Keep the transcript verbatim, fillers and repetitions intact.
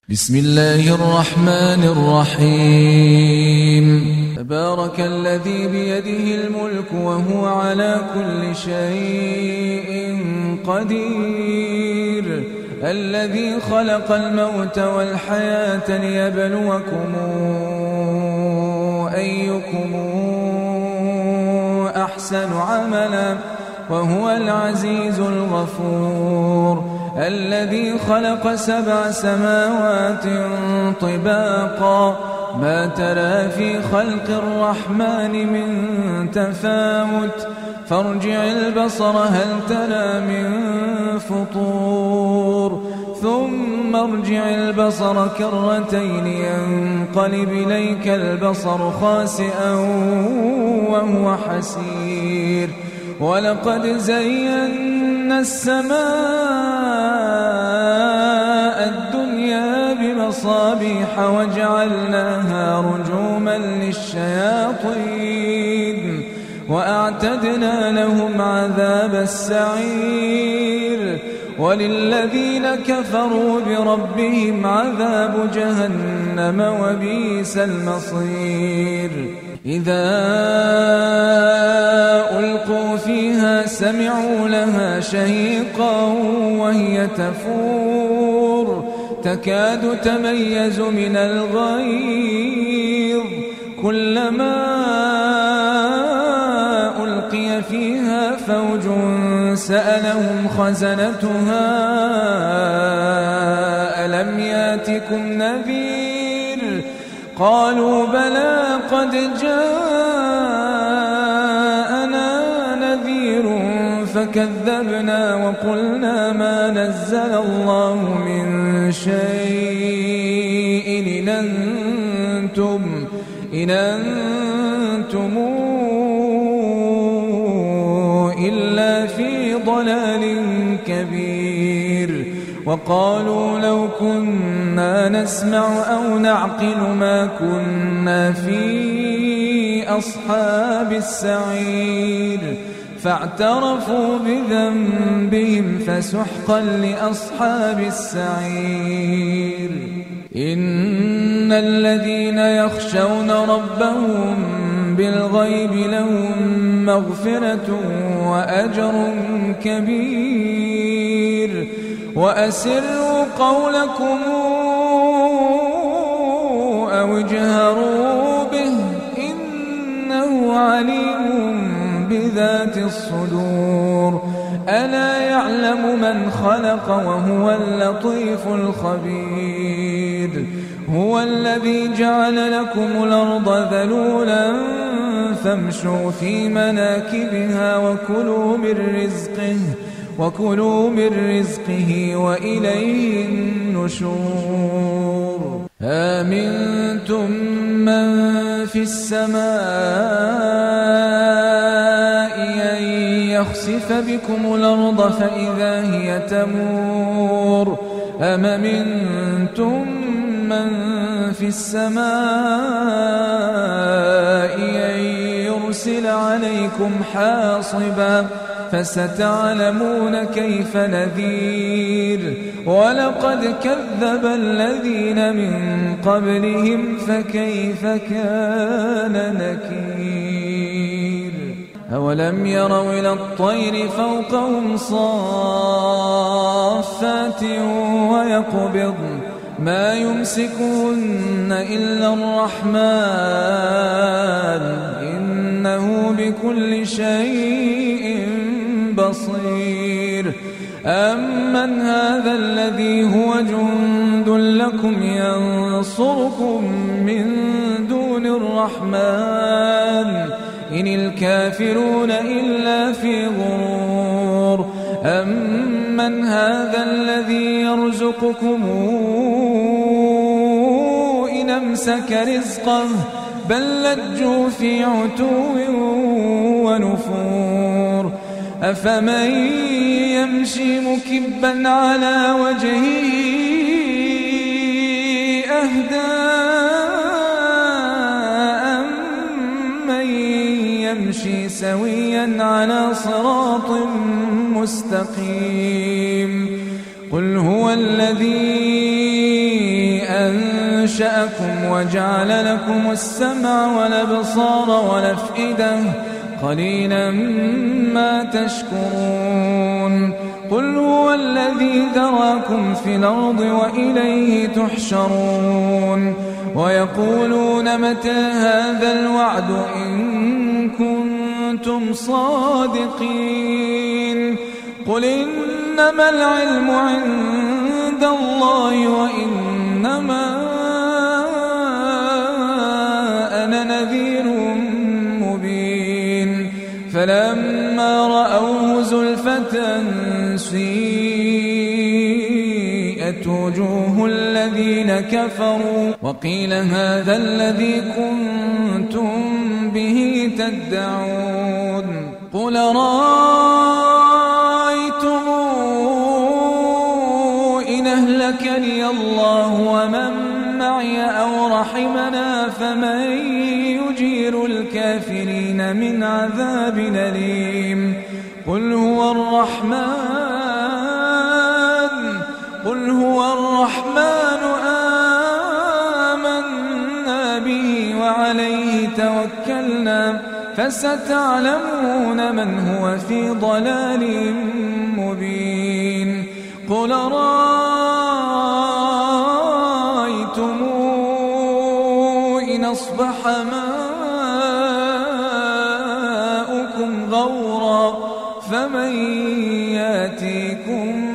بسم الله الرحمن الرحيم تبارك الذي بيده الملك وهو على كل شيء قدير الذي خلق الموت والحياة ليبلوكم أيكم أحسن عملا وهو العزيز الغفور الذي خلق سبع سماوات طباقا ما ترى في خلق الرحمن من تفاوت فارجع البصر هل ترى من فطور ثم ارجع البصر كرتين ينقلب إليك البصر خاسئا وهو حسير ولقد زينا السماء الدنيا بمصابيح وجعلناها رجوما للشياطين وأعتدنا لهم عذاب السعير وللذين كفروا بربهم عذاب جهنم وبئس المصير إذا ألقوا فيها سمعوا لها شهيقا وهي تفور تكاد تميز من الغيظ كلما ألقي فيها فوج سألهم خزنتها ألم ياتكم نذير قالوا بلى قد جاءنا نذير فكذبنا وقلنا ما نزل الله من شيء إن أنتم, إن أنتم إلا في ضلال كبير وقالوا لو كنا نسمع أو نعقل ما كنا في أصحاب السعير فاعترفوا بذنبهم فسحقا لأصحاب السعير إن الذين يخشون ربهم بالغيب لهم مغفرة وأجر كبير وأسروا قولكم أو اجهروا به إنه عليم بذات الصدور ألا يعلم من خلق وهو اللطيف الخبير هو الذي جعل لكم الأرض ذلولا فامشوا في مناكبها وكلوا من رزقه وكلوا من رزقه وإليه النشور آمنتم من في السماء أن يخسف بكم الأرض فإذا هي تمور أم أمنتم من في السماء أن يرسل عليكم حاصبا فستعلمون كيف نذير ولقد كذب الذين من قبلهم فكيف كان نكير أولم يروا إلى الطير فوقهم صافات ويقبضن ما يمسكهن إلا الرحمن إنه بكل شيء بصير أمن هذا الذي هو جند لكم ينصركم من دون الرحمن إن الكافرون إلا في غرور أمن هذا الذي يرزقكم إن أمسك رزقه بل لجوا في عتو ونفور أفمن يمشي مكبا على وجهه أهدى أمن يمشي سويا على صراط مستقيم قل هو الذي أنشأكم وجعل لكم السمع والأبصار والأفئدة قليلا ما تشكرون قل هو الذي ذراكم في الأرض وإليه تحشرون ويقولون متى هذا الوعد إن كنتم صادقين قل إنما العلم عند الله وإنما أنا نذير مبين فلما رأوه زلفة سيئت وجوه الذين كفروا وقيل هذا الذي كنتم به تدعون قل رأيتم إن أهلكني الله ومن معي أو رحمنا فمن يجير الكافرين من عذاب أليم قل هو الرحمن قل هو الرحمن آمنا به وعليه توكلنا فستعلمون من هو في ضلال مبين قل رأيتم إن أصبح ماؤكم غورا فمن يأتيكم